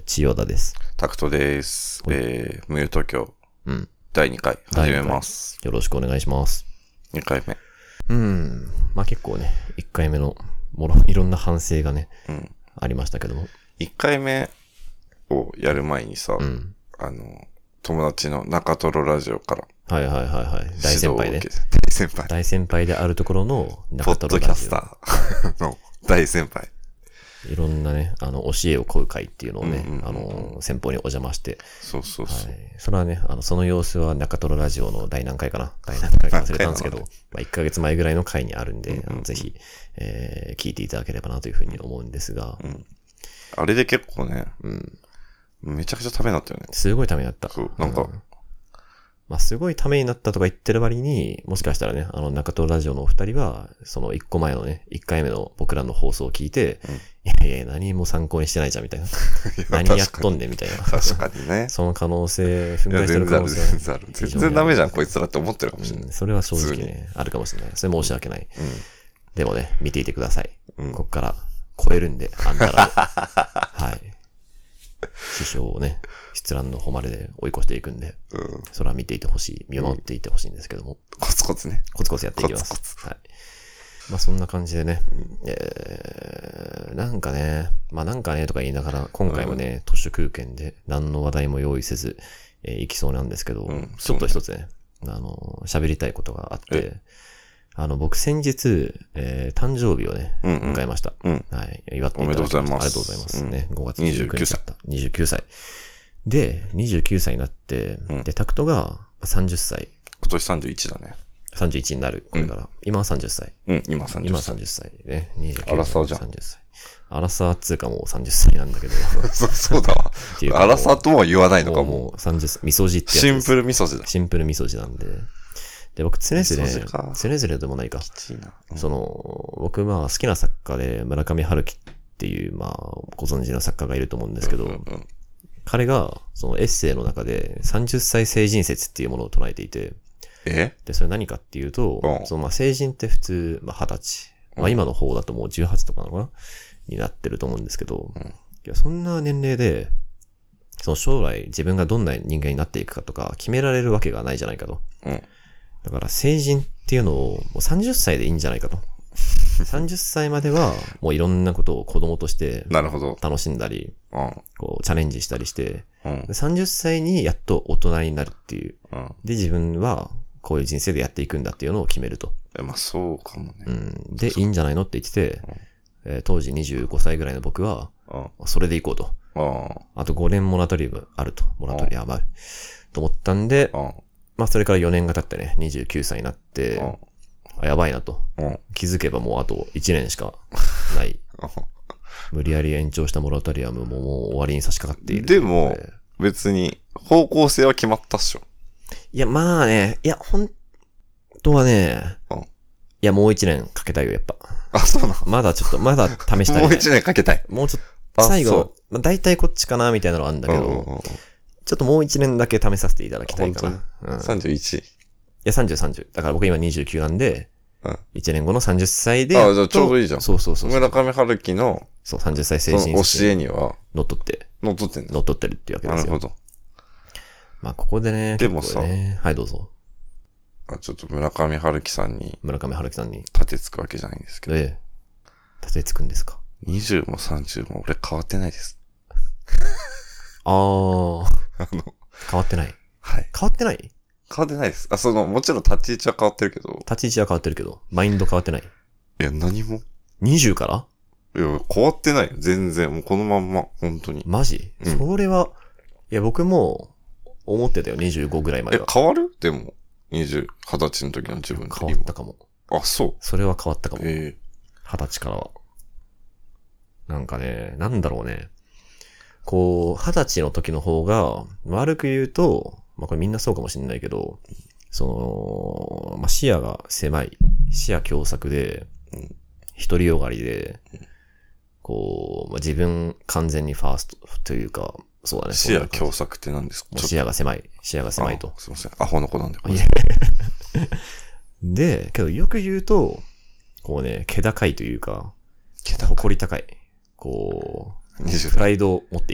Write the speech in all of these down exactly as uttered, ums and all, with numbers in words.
千代田です。 タクトです。えー、無友東京。うん。だいにかい始めます。 よろしくお願いします。 にかいめ。 うん。まあ結構ね、いっかいめの、もろ、いろんな反省がね、うん、ありましたけども。 いっかいめをやる前にさ、うん、あの、友達の中トロラジオから。 はいはいはいはい。大先輩ね。 大先輩。 大先輩であるところの中トロラジオ。ポッドキャスターの大先輩。 いろんなね、あの、教えを請う会っていうのをね、うんうんうん、あの、先方にお邪魔して。 そうそうそう。はい、 それはね、あの、その様子は中トロラジオの第何回かな第何回か忘れたんですけど、まあ、いっかげつまえぐらいの回にあるんで、うんうんうん、あのぜひ、えー、聞いていただければなというふうに思うんですが。 うん、あれで結構ね、うん、めちゃくちゃためになったよね。 すごいためになった。 そう、なんか、 うんまあ、すごいためになったとか言ってる割に、もしかしたらね、あの、中戸ラジオのお二人は、その一個前のね、一回目の僕らの放送を聞いて、うん、いやいや、何も参考にしてないじゃん、みたいな。何やっとんねん、みたいな。 確かにね。 その可能性、踏み出してる可能性は。 全然ある、全然ある。全然ダメじゃん、こいつらって思ってるかもしれない。 うん、それは正直ね、あるかもしれない。それ申し訳ない。うん、でもね、見ていてください。うん、こっから超えるんで、あんたら。はい。師匠をね、出覧の誉れで追い越していくんで、うん、それは見ていてほしい、見守っていてほしいんですけども、うん、 コツコツね。 コツコツやっていきます。コツコツはい。まあそんな感じでね、えー、なんかね、まあなんかねとか言いながら、今回もね、都市空間で何の話題も用意せず、えー、行きそうなんですけど、うん、ちょっと一つね、あの、喋りたいことがあって、あの、僕先日、えー、誕生日をね、うんうん、迎えました、うん。はい。祝っていただきました。おめでとうございます。ありがとうございます。うん、ね、ごがつにじゅうくにちだった。にじゅうきゅうさい。で、にじゅうきゅうさいになって、うん、で、タクトがさんじゅっさい。 今年さんじゅういちだね。 さんじゅういちになる、これから。うん、今はさんじゅっさい。 うん、今さんじゅっさい。 今さんじゅっさいね。にじゅうきゅうさい。 アラサーじゃん。 さんじゅっさい。アラサーっつうかもうさんじゅっさいなんだけど。 そう、そうだわ。アラサーとも言わないのかも。 もうさんじゅっさい。みそじってやつ。 シンプルみそじだ。 シンプルみそじなんで。で、僕、常々、常々でもないか。 きついな。 うん、その、僕、まあ、好きな作家で、村上春樹っていう、まあ、ご存知の作家がいると思うんですけど、うんうんうん、彼が、そのエッセイの中で、さんじゅっさい成人説っていうものを唱えていて、 えで、それ何かっていうと、うん、その、まあ、成人って普通、まあ、はたち。まあ、今の方だともうじゅうはちとかなのかなになってると思うんですけど、うん、いや、そんな年齢で、その将来自分がどんな人間になっていくかとか決められるわけがないじゃないかと。うんだから成人っていうのをもうさんじゅっさいでいいんじゃないかと。さんじゅっさいまではもういろんなことを子供として楽しんだり、うん、こうチャレンジしたりして、うん、さんじゅっさいにやっと大人になるっていう、うん。で自分はこういう人生でやっていくんだっていうのを決めると。 まあそうかもね。 うん、でいいんじゃないのって言ってて、うんえー、当時にじゅうごさいぐらいの僕は、うん、それでいこうと。うん、あとごねんモラトリウムあると。モラトリウムある。と思ったんで、うんまあそれからよねんが経ってね、にじゅうきゅうさいになって、うん、あやばいなと、うん。気づけばもうあといちねんしかない。無理やり延長したモラトリアムももう終わりに差し掛かっている。 でも、別に方向性は決まったっしょ。 いやまあね、いや本当はね、うん、いやもういちねんかけたいよやっぱ。 あ、そうなのまだちょっと、まだ試したい、ね。 もういちねんかけたい。 もうちょっと、最後、まあ、大体こっちかなみたいなのあるんだけど、うんうんうんちょっともう一年だけ試させていただきたいかな。 うん、さんじゅういち? いや、さんじゅう、さんじゅう。だから僕今にじゅうきゅうなんで、うん、いちねんごのさんじゅっさいで。 ああ、じゃあちょうどいいじゃん。 そうそうそう。 村上春樹の、 そう、さんじゅっさい成人教えには、 乗っ取って。 乗っ取ってんの乗っ取ってるっていうわけですよ。 なるほど。 まあ、ここでね、 でもさ、 ね、はい、どうぞ。 あ、ちょっと村上春樹さんに、 村上春樹さんに、 立てつくわけじゃないんですけど。 ええ。立てつくんですか。 にじゅうもさんじゅうも俺変わってないです。 あー。あの、変わってない。 はい。 変わってない変わってないです。あ、その、もちろん立ち位置は変わってるけど。 立ち位置は変わってるけど、マインド変わってない。 いや、何も。 にじゅうからいや、変わってないよ。全然。もうこのまんま。本当に。 マジ、うん、それは、いや、僕も、思ってたよ。にじゅうごぐらいまでは。 え、変わるでも、にじゅう、はたちの時の自分変わったかも。 あ、そう。 それは変わったかも。 ええ。 はたちからは。なんかね、なんだろうね。こう、二十歳の時の方が、悪く言うと、まあこれみんなそうかもしれないけど、その、まあ視野が狭い、視野狭窄で、独りよがりで、こう、まあ、自分完全にファーストというか、そうだね。 視野狭窄って何ですか？ 視野が狭い。視野が狭いと。 すいません。アホの子なんで。 で、けどよく言うと、こうね、気高いというか、誇り高い。こう、プライドを持っていた。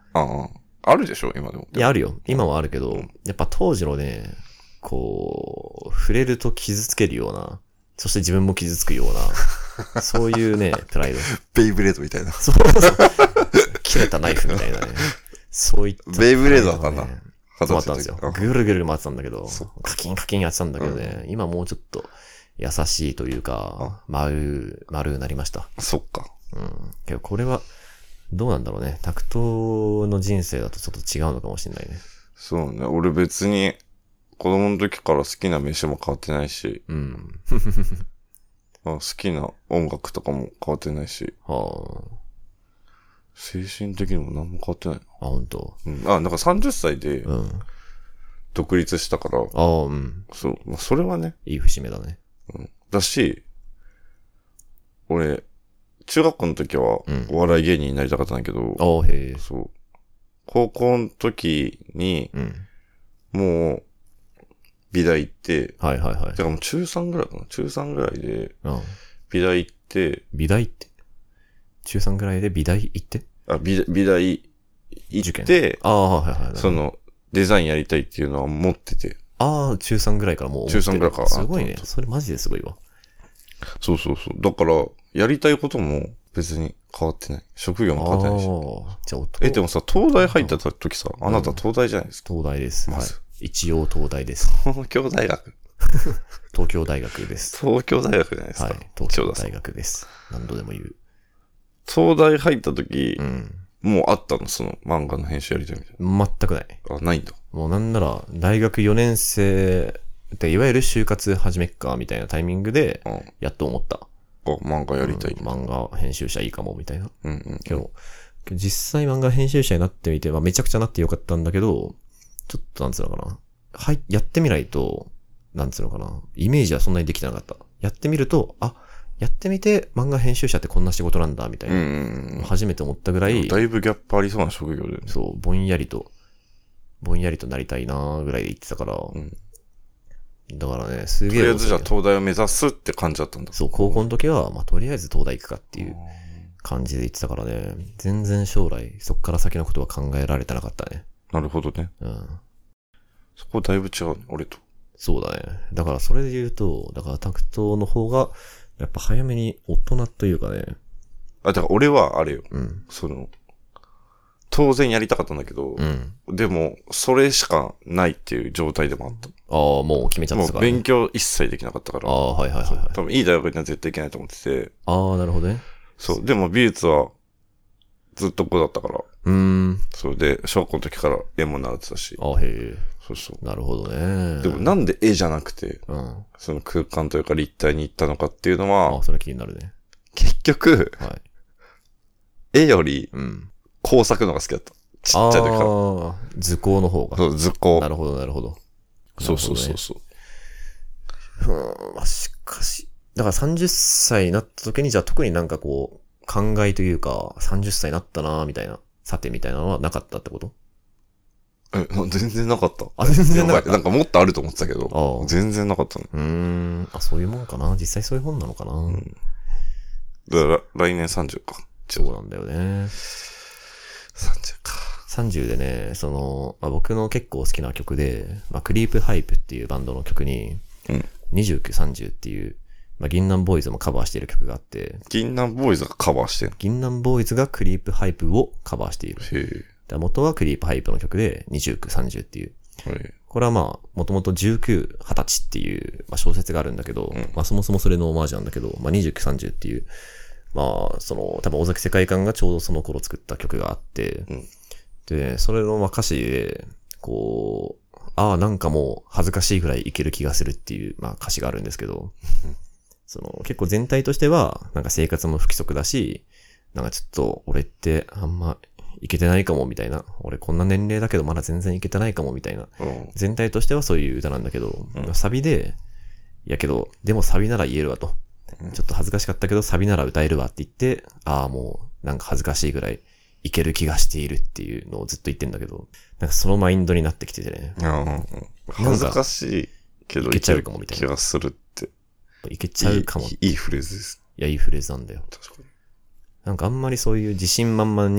ああ。あるでしょ今でも。 いや、あるよ。今はあるけど、やっぱ当時のね、こう、触れると傷つけるような、そして自分も傷つくような、そういうね、プライド。 ベイブレードみたいな。 そうそう。切れたナイフみたいなね。そういった、 ね。ベイブレードだったんだ。 そうだったんですよ。ぐるぐる回ってたんだけど、カキンカキンやってたんだけどね、うん、今もうちょっと優しいというか、丸、丸になりました。 そっか。 うん。けどこれは、どうなんだろうね。タクトの人生だとちょっと違うのかもしれないね。 そうね。俺別に、子供の時から好きな飯も変わってないし、 うん。 好きな音楽とかも変わってないし、 はあ、 精神的にも何も変わってないな。 あ、本当。 うん。あ、なんかさんじゅっさいで、独立したから、うん、 ああ、うん。 そう。まあ、それはね。 いい節目だね。 うん。だし、俺、中学校の時は、お笑い芸人になりたかったんだけど、うん、 ああ、へえ。 そう。高校の時に、うん、もう、美大行って、 はいはいはい。 だからもう中さんぐらいかな。中さんぐらいで、美大行って、 美大って中さんぐらいで美大行ってあ、美、美大行って、 ああ、はいはいはい。 その、デザインやりたいっていうのは持ってて。 ああ、中さんぐらいからもう思ってる。中さんぐらいから。 すごいね。それマジですごいわ。 そうそうそう。だから、やりたいことも別に変わってない。職業も変わってないし。 ああ、じゃあ、 え、でもさ、東大入った時さ、あなた東大じゃないですか。 東大です。 まず。 はい一応東大です。 東京大学東京大学です。 東京大学じゃないですか。はい。 東京大学です。何度でも言う。 東大入った時、うん、もうあったのその漫画の編集やりたいみたいな。全くない。 あ、ないんだ。 もうなんなら、大学よねん生って、いわゆる就活始めっか、みたいなタイミングで、やっと思った。 あ、漫画やりたい、 うん。漫画編集者いいかも、みたいな。 うんうん、うん。 けど、実際漫画編集者になってみて、まあ、めちゃくちゃなってよかったんだけど、ちょっとなんつうのかな。はい、やってみないと、なんつうのかな。イメージはそんなにできてなかった。やってみると、あ、やってみて漫画編集者ってこんな仕事なんだ、みたいな。うんうん、初めて思ったぐらい。 だいぶギャップありそうな職業で、ね。 そう、ぼんやりと、ぼんやりとなりたいなーぐらいで言ってたから。うん、だからね、すげえ。 とりあえずじゃあ東大を目指すって感じだったんだ。 そう、高校の時は、まあ、とりあえず東大行くかっていう感じで言ってたからね。全然将来、そっから先のことは考えられてなかったね。 なるほどね。 うん。 そこだいぶ違うね、俺と。 そうだね。だからそれで言うと、だからタクトの方が、やっぱ早めに大人というかね。 あ、だから俺はあれよ。 うん。 その、当然やりたかったんだけど、 うん。 でも、それしかないっていう状態でもあった。 ああ、もう決めちゃったから、 ね。もう勉強一切できなかったから。 ああ、はいはいはい、はい。 多分いい大学には絶対行けないと思ってて。 ああ、なるほどね。 そう。でも美術は、ずっとこうだったから。 うーん。 それで、小学校の時から絵も習ってたし。 ああ、へえ。 そうそう。 なるほどね。 でもなんで絵じゃなくて、 うん、 その空間というか立体に行ったのかっていうのは、 ああ、それ気になるね。 結局、 はい、 絵より、 うん、 工作のが好きだった。ちっちゃい時から。ああ、図工の方が。 そう、図工。 なるほど、なるほど。 そうそうそうそう。 ふーん、まあ、しかし、だからさんじゅっさいになった時に、じゃあ特になんかこう、考えというか、さんじゅっさいになったなみたいな、さてみたいなのはなかったってこと？ え、全然なかった。 あ、全然なかった。 なんかもっとあると思ってたけど、全然なかったの。 うーん、あ、そういうもんかな。実際そういうもんなのかな。うん。 だから来年さんじゅうか。 そうなんだよね。 さんじゅうか。 さんじゅうでね、その、まあ、僕の結構好きな曲で、まあ、クリープハイプっていうバンドの曲に、 うん、 にじゅうきゅう、さんじゅうっていう、まあ、銀杏ボーイズもカバーしている曲があって、 銀杏ボーイズがカバーしてる銀杏ボーイズがクリープハイプをカバーしている。 へー元はクリープハイプの曲でにじゅうきゅう、さんじゅうっていう。これはまあ、もともとじゅうきゅう、はたちっていう、まあ、小説があるんだけど、うん、まあそもそもそれのオマージュなんだけど、まあにじゅうきゅう、さんじゅうっていう、まあその、多分尾崎世界観がちょうどその頃作った曲があって、 うん、 で、それのまあ歌詞で、こう、ああなんかもう恥ずかしいぐらいいける気がするっていう、まあ歌詞があるんですけど、その結構全体としては、なんか生活も不規則だし、なんかちょっと俺ってあんまいけてないかもみたいな。俺こんな年齢だけどまだ全然いけてないかもみたいな。 うん、 全体としてはそういう歌なんだけど、うん、サビで、いやけど、でもサビなら言えるわと。うん、ちょっと恥ずかしかったけどサビなら歌えるわって言って、ああもうなんか恥ずかしいぐらいいける気がしているっていうのをずっと言ってんだけど、なんかそのマインドになってきててね。 うんうん、恥ずかしいけどいけちゃうかもみたいな。 気がするって。 いけちゃうかも。 いい、いいフレーズです。 いや、いいフレーズなんだよ。 確かに。 なんかあんまりそういう自信満々に、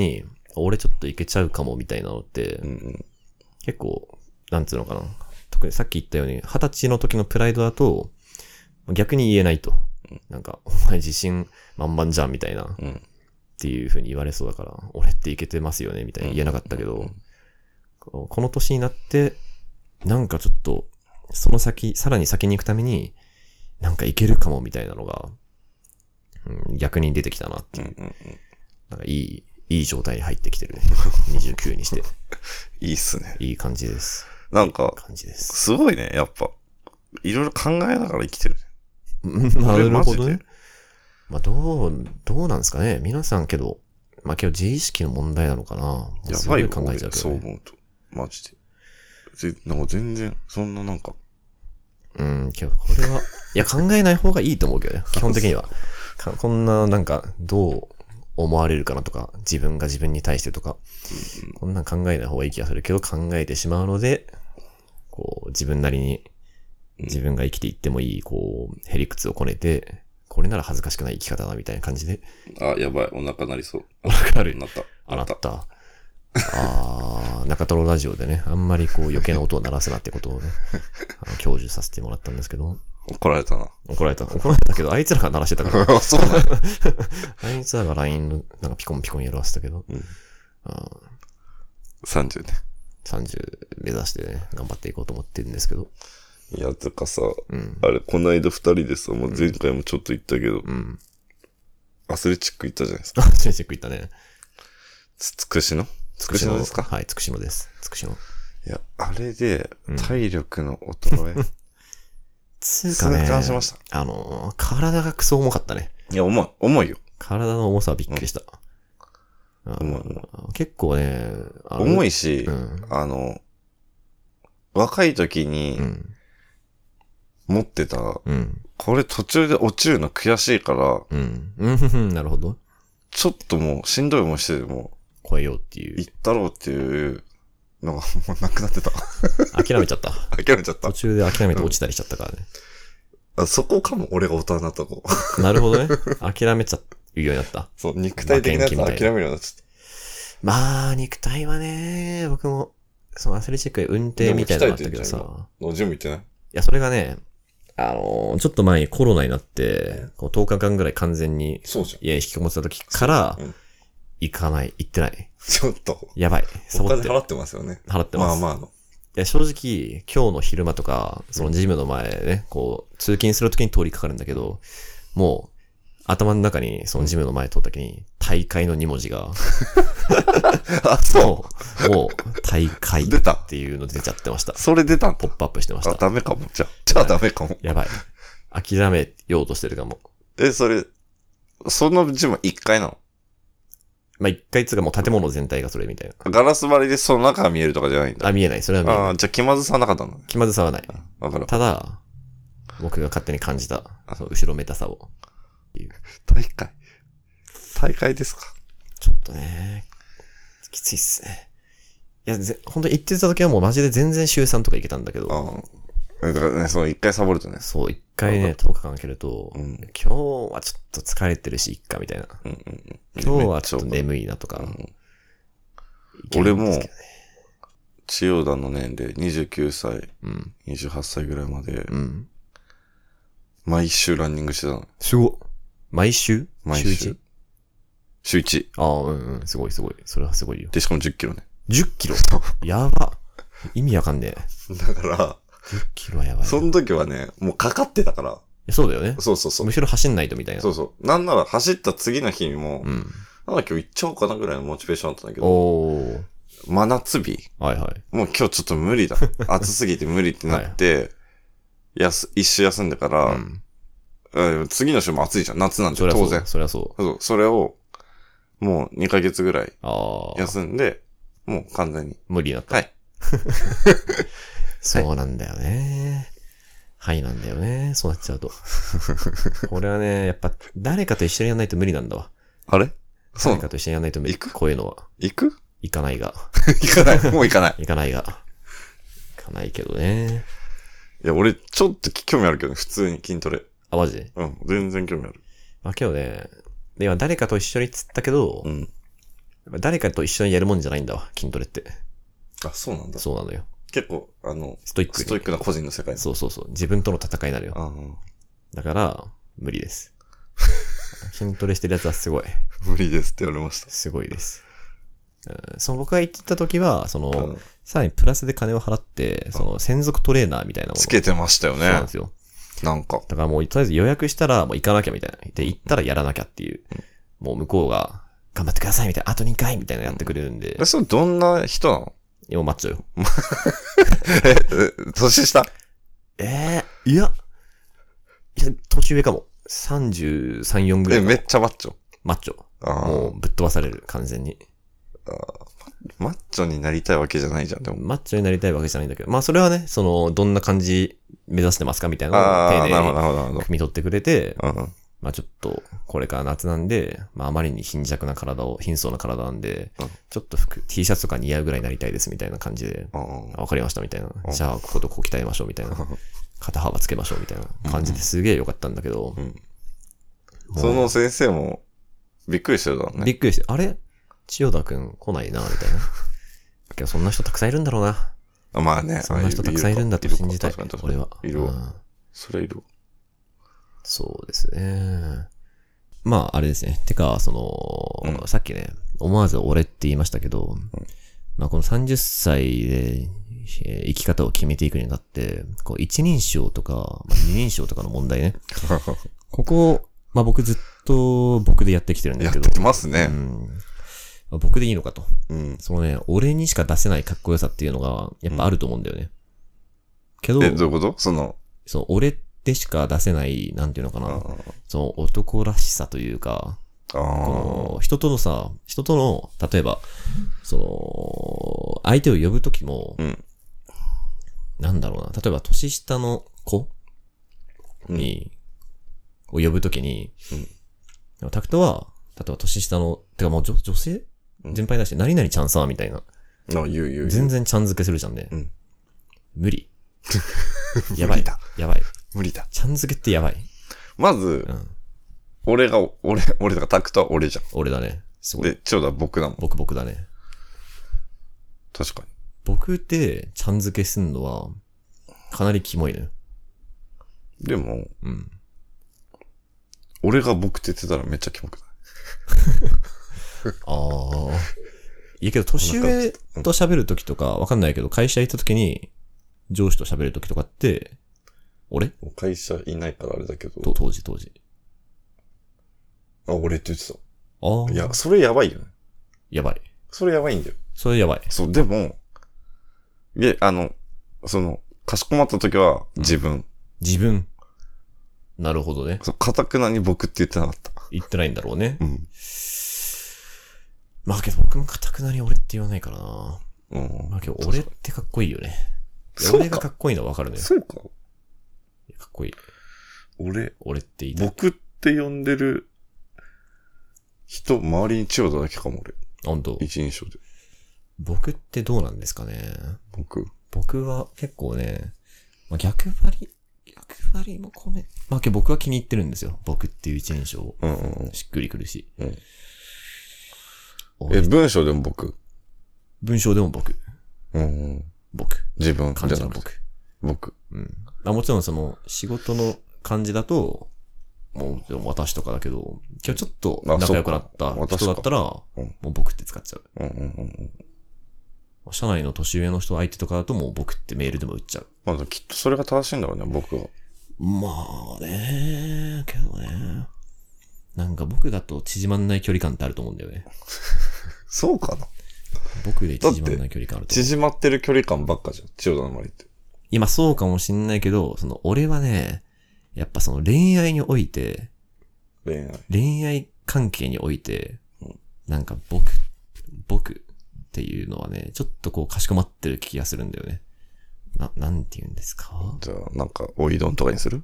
俺ちょっといけちゃうかもみたいなのって、 うんうん、 結構、なんつうのかな。特にさっき言ったように、二十歳の時のプライドだと、逆に言えないと。うん、なんか、お前自信満々じゃんみたいな、うん。っていう風に言われそうだから、俺っていけてますよねみたいに言えなかったけど、うんうんうん、この年になって、なんかちょっと、その先、さらに先に行くために、なんかいけるかもみたいなのが、うん、逆に出てきたなっていう。うんうんうん、なんかいい、いい状態に入ってきてるね。にじゅうきゅうにして。 いいっすね。 いい感じです。 なんか、 感じです。 すごいね、やっぱ。いろいろ考えながら生きてる。 なるほどね。まあ、どう、どうなんですかね。皆さんけど、まあ、けど自意識の問題なのかな。 やばいよ、 考えちゃうけど、ね、 そう思うと。マジで。ぜなんか全然、そんななんか。 うん、けどこれは、いや、考えない方がいいと思うけどね。基本的には。こんな、なんか、どう思われるかなとか、自分が自分に対してとか、うん、こんなん考えない方がいい気がするけど、考えてしまうので、こう、自分なりに、自分が生きていってもいい、こう、へりくつをこねて、これなら恥ずかしくない生き方だみたいな感じで。 あ、やばい。お腹なりそう。 お腹なる。 なった。 あ、なった。あー、中トロラジオでね、あんまりこう余計な音を鳴らすなってことをね、あの享受させてもらったんですけど。 怒られたな。 怒られた。怒られたけど、あいつらが鳴らしてたから。 そうだよ。 あいつらが ライン のなんかピコンピコンやらせたけど。うん、 あさんじゅうね。 さんじゅう目指してね、頑張っていこうと思ってるんですけど。 いや、とかさ、うん、あれ、この間二人でさ、もう前回もちょっと言ったけど、うん、アスレチック行ったじゃないですか。 アスレチック行ったね。 つ、つくしのつくしのですか？ はい、つくしのです。つくしの。 いや、あれで、体力の衰え。うん、 つうかね、 感じました。 あの、体がクソ重かったね。 いや、重い、重いよ。 体の重さはびっくりした。うん、重い重い結構ね、 重いし、うん、あの、若い時に、持ってた、うん、これ途中で落ちるの悔しいから、 うん、なるほど。 ちょっともう、しんどい思いしてでも、 超えようっていう。 行ったろうっていうのがもうなくなってた。 諦めちゃった。 諦めちゃった。 途中で諦めて落ちたりしちゃったからね。 うん、あそこかも、俺が大人になった子。 なるほどね。諦めちゃうようになった。 そう、肉体的なやつ諦めるようになっちゃった。 まあ、肉体はね、僕も、そのアスレチックで運転みたいなのがあったけどさ。 ジム行ってない？いや、それがね、あのー、ちょっと前にコロナになって、こうとおかかんぐらい完全に家に引きこもってた時から、行かない、行ってない。 ちょっと。 やばい。 お金払ってますよね。 払ってます。 まあまあの。 いや、正直、今日の昼間とか、そのジムの前ね、こう、通勤するときに通りかかるんだけど、もう、頭の中に、そのジムの前通ったときに、大会のに文字が。 あ、そう。 もう、大会っていうの出ちゃってました。 それ出たんだ。 ポップアップしてました。 あ、ダメかも。じゃあ、じゃあダメかも。 やばい。諦めようとしてるかも。 え、それ、そのジムいっかいなの？ まあ、一回つうかもう建物全体がそれみたいな。 ガラス張りでその中が見えるとかじゃないんだ。 あ、見えない。それは見えない。 ああ、じゃあ気まずさはなかったの？ 気まずさはない。 わかる。 ただ、僕が勝手に感じた、その後ろめたさを。 大会大会ですか？ ちょっとね、きついっすね。いや、ぜ、本当に行ってた時はもうマジで全然週さんとか行けたんだけど。 ああ。だからね、その一回サボるとね。 そう、一回ね、とおかかん開けると、うん、今日はちょっと疲れてるし、いっか、みたいな。うんうんうん、今日はちょっと眠いなとか。うん、 俺も、千代田の年齢にじゅうきゅうさい、うん、にじゅうはっさいぐらいまで、うん、毎週ランニングしてたの。 すごっ。毎週毎週。週 いち? 週いち。 ああ、うんうん、すごいすごい。それはすごいよ。 で、しかもじゅっキロね。 じゅっキロやば。意味わかんねえ。だから、 じゅっキロはやばい。 その時はね、もうかかってたから。 そうだよね。 そうそうそう。 むしろ走んないとみたいな。 そうそう。なんなら走った次の日にも、うん、なんだ今日行っちゃおうかなぐらいのモチベーションあったんだけど、おー。真夏日。 はいはい。 もう今日ちょっと無理だ。暑すぎて無理ってなって、はい、やす、一週休んでから、うん、次の週も暑いじゃん。夏なんて当然。 そりゃそう。 そう。それを、もうにかげつぐらい休んで、もう完全に。 無理になった。 はい。 そうなんだよね。はいなんだよね。そうなっちゃうと。これはね、やっぱ誰かと一緒にやらないと無理なんだわ。 あれそう。 誰かと一緒にやらないと無理。 行くこういうのは。 行く行かないが。 行かない。もう行かない。 行かないが。行かないけどね。 いや、俺ちょっと興味あるけどね。普通に筋トレ。 あ、マジで？ うん。全然興味ある。 まあけどね、今誰かと一緒に釣ったけど、うん、 誰かと一緒にやるもんじゃないんだわ、筋トレって。 あ、そうなんだ。 そうなのよ。 結構、あの、 ストイック。 ストイックな個人の世界。 そうそうそう。自分との戦いになるよ。 ああだから、無理です。筋トレしてるやつはすごい。 無理ですって言われました。 すごいです。うん、その僕が言ってた時は、その、 うん、 さらにプラスで金を払って、その、専属トレーナーみたいなもの。 つけてましたよね。 そうなんですよ。 なんか。 だからもう、とりあえず予約したら、もう行かなきゃみたいな。で、行ったらやらなきゃっていう。うん、もう向こうが、頑張ってくださいみたいな。あとにかいみたいなのやってくれるんで。 え、それどんな人なの？ いや、もうマッチョよ。 え、年下？ ええー、いや、いや、年上かも。さんじゅうさん、よんぐらい。 え、めっちゃマッチョ。 マッチョ。もうぶっ飛ばされる、完全に。 あマッチョになりたいわけじゃないじゃん、でも。 マッチョになりたいわけじゃないんだけど。まあそれはね、その、どんな感じ目指してますかみたいなのを丁寧に汲み取ってくれて、まあちょっと、これから夏なんで、まああまりに貧弱な体を、貧相な体なんで、うん、ちょっと服、T シャツとか似合うぐらいになりたいですみたいな感じで、わかりましたみたいな。じゃあ、こことこう鍛えましょうみたいな。肩幅つけましょうみたいな感じですげえ良かったんだけど、うんうん、その先生も、びっくりしてるだろうね。 びっくりして、あれ千代田くん来ないな、みたいな。けどそんな人たくさんいるんだろうな。 あまあね。 そんな人たくさんいるんだと信じたい。俺は。 いるわ。うん、それいるわ。 そうですね。まあ、あれですね。てか、その、うん、さっきね、思わず俺って言いましたけど、うん、まあこのさんじゅっさいで、えー、生き方を決めていくにあたって、こう一人称とか、まあ、二人称とかの問題ね。ここ、まあ僕ずっと僕でやってきてるんだけど。 やってきますね。 うんまあ、僕でいいのかと。 うん、 そのね、俺にしか出せないかっこよさっていうのが、やっぱあると思うんだよね。うん、けど、 え、どういうことその、 そう、俺でしか出せない、なんていうのかな。その男らしさというか、 あこの人とのさ、人との、例えば、その、相手を呼ぶときも、 うん、 なんだろうな。例えば、年下の子に、うん、を呼ぶときに、うん、タクトは、例えば年下の、てかもう女、女性全般だし、何々ちゃんさ、みたいな。 あ、言う言う言う。 全然ちゃん付けするじゃんね。 うん、 無理。やばい。やばい。 無理だ。 ちゃん付けってやばい。 まず、 うん、 俺が、俺、俺とかタクトは俺じゃん。 俺だね。すごい。 で、千代田は僕だもん。 僕僕だね。 確かに。 僕でちゃん付けすんのは、かなりキモいね。 でも、 うん。 俺が僕って言ってたらめっちゃキモくないああ。いやけど、年上と喋るときとか、わかんないけど、会社行ったときに、上司と喋るときとかって、俺会社いないからあれだけど。 と当時、当時。 あ、俺って言ってた。 ああ。 いや、それやばいよね。 やばい。 それやばいんだよ。 それやばい。 そう、でも、いや、あの、その、かしこまったときは、自分、うん。 自分。なるほどね。 そう、かたくなに僕って言ってなかった。 言ってないんだろうね。 うん。 まあけど僕もかたくなに俺って言わないからな。 うん。 まあけど俺ってかっこいいよね。俺がかっこいいのはわかるね。 そうか。 かっこいい。 俺、 俺って言いたい。 僕って呼んでる人、周りに千代田だけかも俺。 本当。 一人称で。 僕ってどうなんですかね。 僕僕は結構ね、まあ、逆張り、逆張りも込め、まあけど僕は気に入ってるんですよ。僕っていう一人称。 うんうんうん。 しっくりくるし。 うん。え、文章でも僕文章でも僕。 うんうん。 僕。 自分。 漢字の僕。 僕。 うん。まあもちろんその、仕事の漢字だと、もう、私とかだけど、今日ちょっと仲良くなった人だったら、もう僕って使っちゃう。 うんうんうんうん。 社内の年上の人相手とかだともう僕ってメールでも打っちゃう。 まあきっとそれが正しいんだろうね、僕は。 まあね、けどね。なんか僕だと縮まんない距離感ってあると思うんだよね。 そうかな。 僕で縮まんない距離感あると思う。 縮まってる距離感ばっかじゃん、千代田の周りって。 今そうかもしんないけど、その俺はね、やっぱその恋愛において、 恋愛恋愛関係において、 うん、 なんか僕、僕っていうのはね、ちょっとこうかしこまってる気がするんだよね。な、なんて言うんですか？ じゃあ、なんか、おいどんとかにする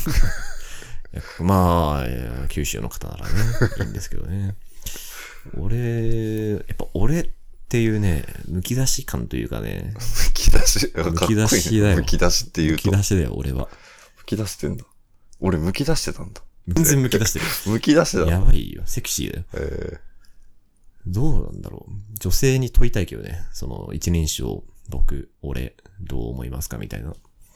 まあ、九州の方ならね、いいんですけどね。俺、やっぱ俺っていうね、剥き出し感というかね。 剥き出し剥き出しだよ。 剥き出しっていうと。 剥き出しだよ、俺は。 剥き出してんだ。俺剥き出してたんだ。 全然剥き出してる。 剥き出してた。 やばいよ。セクシーだよ。 えどうなんだろう。女性に問いたいけどね。その一人称、僕、俺、どう思いますかみたいな。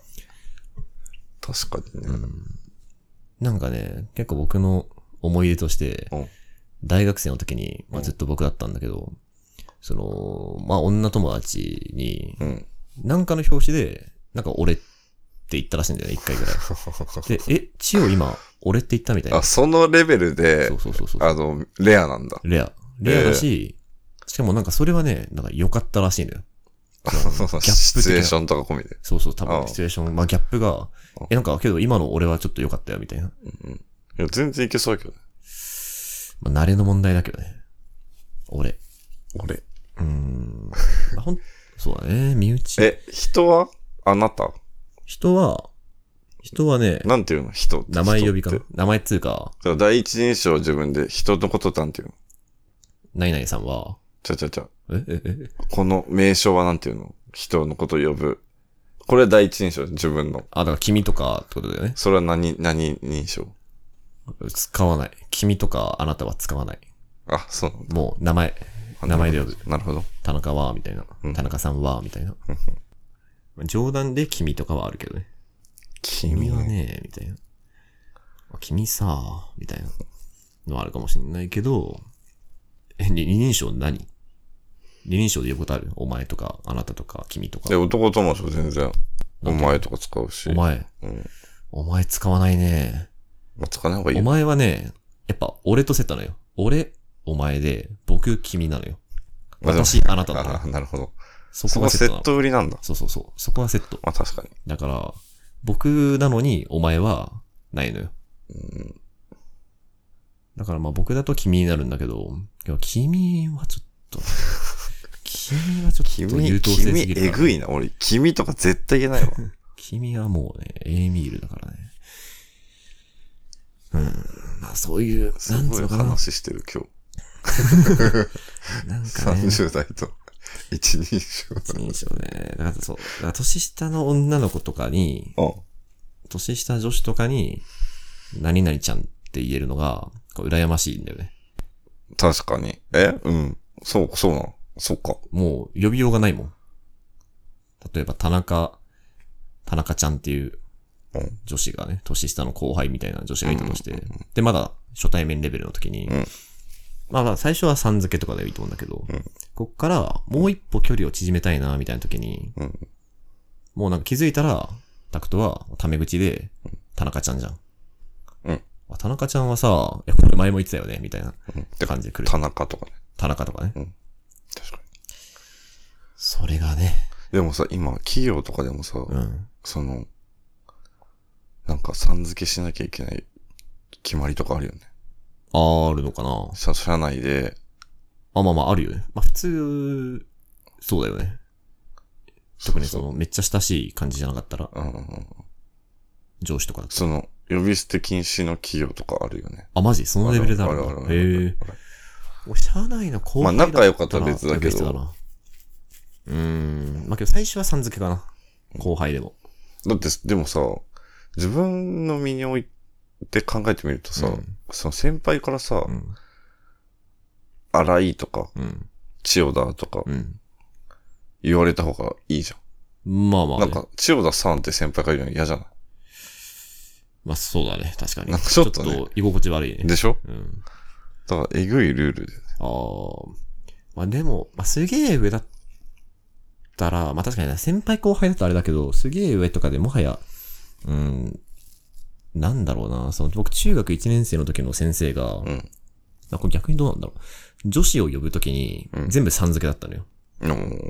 確かにね、うん。 なんかね、結構僕の思い出として、うん、大学生の時に、まあ、ずっと僕だったんだけど、うん、その、まあ女友達に、うん、なんかの表紙で、なんか俺って言ったらしいんだよね、一回ぐらい。で、え、千代今、俺って言ったみたいな。 あ、そのレベルで、 そうそうそうそう。 あの、レアなんだ。 レア。レアだし、えー、しかもなんかそれはね、なんか良かったらしいのよ。 ギャップシチュエーションとか込みで。 そうそう、多分シチュエーション。まあギャップが、え、なんかけど今の俺はちょっと良かったよ、みたいな。 うんうん。いや、全然いけそうだけどね。 まあ慣れの問題だけどね。俺。 俺。 うーん。まあ、ほん、そうだね、身内。 え、人はあなた人は、人はね、 なんていうの人って。 名前呼びかな名前っつうか。 第一人称自分で人のことなんていうの何々さんはちゃちゃちゃ。 えええこの名称はなんていうの人のことを呼ぶ。これは第一人称自分の。 あ、だから君とかってことだよね。 それは何、何認証使わない。君とかあなたは使わない。 あ、そうなんだ。 もう名前、名前で呼ぶ。 なるほど。 田中は、みたいな。うん、田中さんは、みたいな。冗談で君とかはあるけどね。君はね、みたいな。君さ、みたいなのはあるかもしれないけど、え、二人称何二人称で呼ぶことあるお前とか、あなたとか、君とか。 で、男友達は全然、お前とか使うし。 お前。うん。お前使わないね。 まあ、使わない方がいいよ。 お前はね、やっぱ俺とセットなのよ。俺、お前で、僕、君なのよ。私、あなたなのよ。 あ、なるほど。 そこがセットなの。 そこセット売りなんだ。 そうそうそう。そこはセット。 まあ確かに。 だから、僕なのに、お前は、ないのよ。うん、だからまあ僕だと君になるんだけど、君はちょっと、君はちょっと優等生すぎるから、 ね。君、えぐいな。俺、君とか絶対言えないわ。 君はもうね、エーミールだからね。うん。まあそういう、 なんつうのかな。話してる今日。 なんかね。 さんじゅう代と一人称。 一人称ね。だからそう。だから年下の女の子とかに、年下女子とかに、何々ちゃんって言えるのが、こう羨ましいんだよね。 確かに。えうん。そう、そうなの。そっか。 もう呼びようがないもん。例えば田中、田中ちゃんっていう女子がね、年下の後輩みたいな女子がいたとして、うんうんうん、で、まだ初対面レベルの時に、うん、まあまあ最初はさん付けとかでいいと思うんだけど、うん、こっからもう一歩距離を縮めたいなみたいな時に、うん、もうなんか気づいたら、タクトはタメ口で、田中ちゃんじゃん。うん。田中ちゃんはさ、いや、これ前も言ってたよね、みたいな感じで来る。 田中とかね。 田中とかね。うん。 確かに。 それがね。 でもさ、今、企業とかでもさ、うん、その、なんか、さん付けしなきゃいけない決まりとかあるよね。 あー、あるのかな。 社、社内で。 あ、まあまあ、あるよね。まあ普通、そうだよね。特にその、めっちゃ親しい感じじゃなかったら。うんうんうん。上司とかだと。 その、呼び捨て禁止の企業とかあるよね。 あ、マジそのレベルだろうな。へえ。社内の後輩だったら。 まあ仲良かったら別だけど。 だなうーん。まあけど最初はさん付けかな。後輩でも。 だって、でもさ、自分の身に置いて考えてみるとさ、うん、その先輩からさ、うん、荒井とか、うん、千代田とか、うん、言われた方がいいじゃん。 まあまあ、ね。 なんか、千代田さんって先輩から言うの嫌じゃないまあそうだね、確かに。 なんかちょっと、ね、 ちょっと居心地悪いね。 でしょうん。だから、えぐいルールで、ね。 ああ。まあでも、まあすげえ上だったら、まあ確かにね、先輩後輩だとあれだけど、すげえ上とかでもはや、うん、なんだろうな、その僕中学いちねん生の時の先生が、うん、なんか逆にどうなんだろう。女子を呼ぶ時に、全部さん付けだったのよ。うん。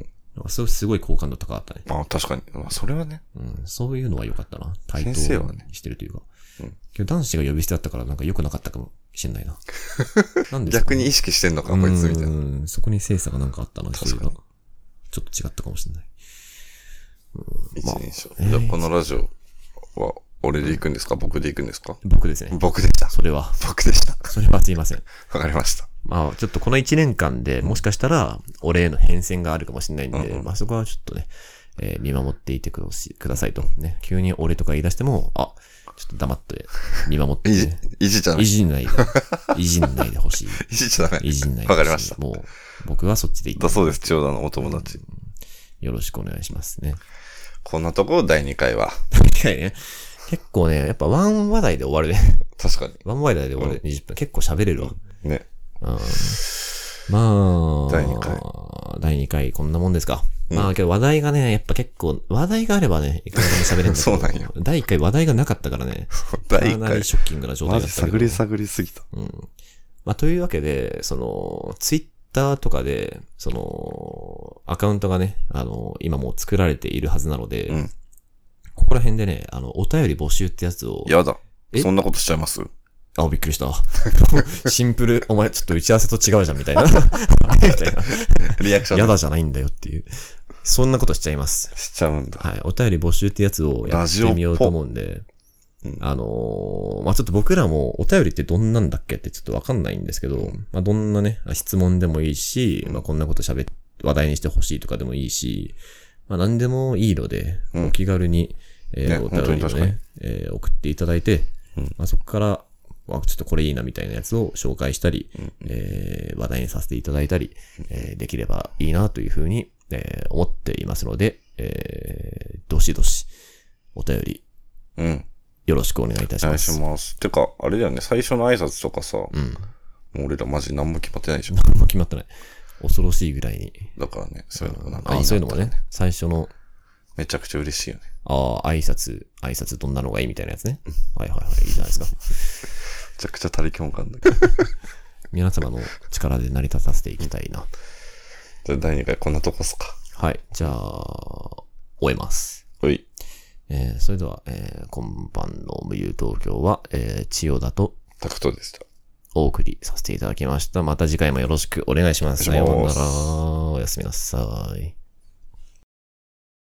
それすごい好感度高かったね。 ああ、確かに。まあ、それはね。 うん。そういうのは良かったな。対等してるというか。 うん。 けど男子が呼び捨てだったからなんか良くなかったかもしれないな。 なんで、ね、逆に意識してんのか、こいつみたいな。 うん。そこに精査がなんかあったな、それが。ちょっと違ったかもしれない。 うん、一人称。まあ、じゃあこのラジオは俺で行くんですか、うん、僕で行くんですか僕ですね。 僕でした。 それは。 僕でした。 それはすいません。 わかりました。 まあ、ちょっとこの一年間でもしかしたら、俺への変遷があるかもしれないんで、うんうん、まあそこはちょっとね、えー、見守っていてくださいと。ね。急に俺とか言い出しても、あ、 ちょっと黙って見守って、 ね。いじ、いじっちゃダメ。 いじんないで。いじんないでほしい。 いじっちゃダメ。 いじんないで。 わかりました。 もう、僕はそっちで行った。そうです、千代田のお友達、うん。 よろしくお願いしますね。 こんなとこだいにかいは。 だいにかいね。結構ね、やっぱワン話題で終わるね。 確かに。 ワン話題で終わる、うん、にじゅっぷん。結構喋れるわ。 ね。 うん、まあ、 だいにかい。 だいにかいこんなもんですか。うん、まあけど話題がね、やっぱ結構、話題があればね、いくらでも喋れるんだけど。 そうなんよ。 だいいっかい話題がなかったからね。 だいいっかい。 かなりショッキングな状態だったけど。 マジ探り探りすぎた。 うん。まあというわけで、その、ツイッターとかで、その、アカウントがね、あの、今もう作られているはずなので、うん、ここら辺でね、あの、お便り募集ってやつを。 やだ。そんなことしちゃいます？ あ、びっくりした。シンプル、お前ちょっと打ち合わせと違うじゃんみたいな。みたいな。 リアクション。 やだじゃないんだよっていう。そんなことしちゃいます。 しちゃうんだ。 はい。お便り募集ってやつをやってみようと思うんで。うん、あのー、まあ、ちょっと僕らもお便りってどんなんだっけってちょっとわかんないんですけど、うん、まあ、どんなね、質問でもいいし、うん、まあ、こんなこと喋っ、話題にしてほしいとかでもいいし、まあ、何でもいいので、うん、お気軽に、えーね、お便りをね、えー、送っていただいて、うん、まあ、そこから、まあ、ちょっとこれいいなみたいなやつを紹介したり、うんえー、話題にさせていただいたり、えー、できればいいなというふうに、えー、思っていますので、えー、どしどしお便り、うん、よろしくお願いいたします。 お願いします。てか、あれだよね、最初の挨拶とかさ、うん、もう俺らマジ何も決まってないでしょ。 何も決まってない。恐ろしいぐらいに。 だからね、そういうのもなんかいいな、 あ、そういうのもね、最初の。 めちゃくちゃ嬉しいよね。 ああ、挨拶、挨拶どんなのがいいみたいなやつね。はいはいはい、いいじゃないですか。 めちゃくちゃ他力本願だけど。 皆様の力で成り立たせていきたいな。 じゃあだいにかいこんなとこっすか。 はい。じゃあ、終えます。 はい。 えー、それでは、えー、今晩の無友東京は、えー、千代田とタクトでした。 お送りさせていただきました。また次回もよろしくお願いします。さようなら。おやすみなさい。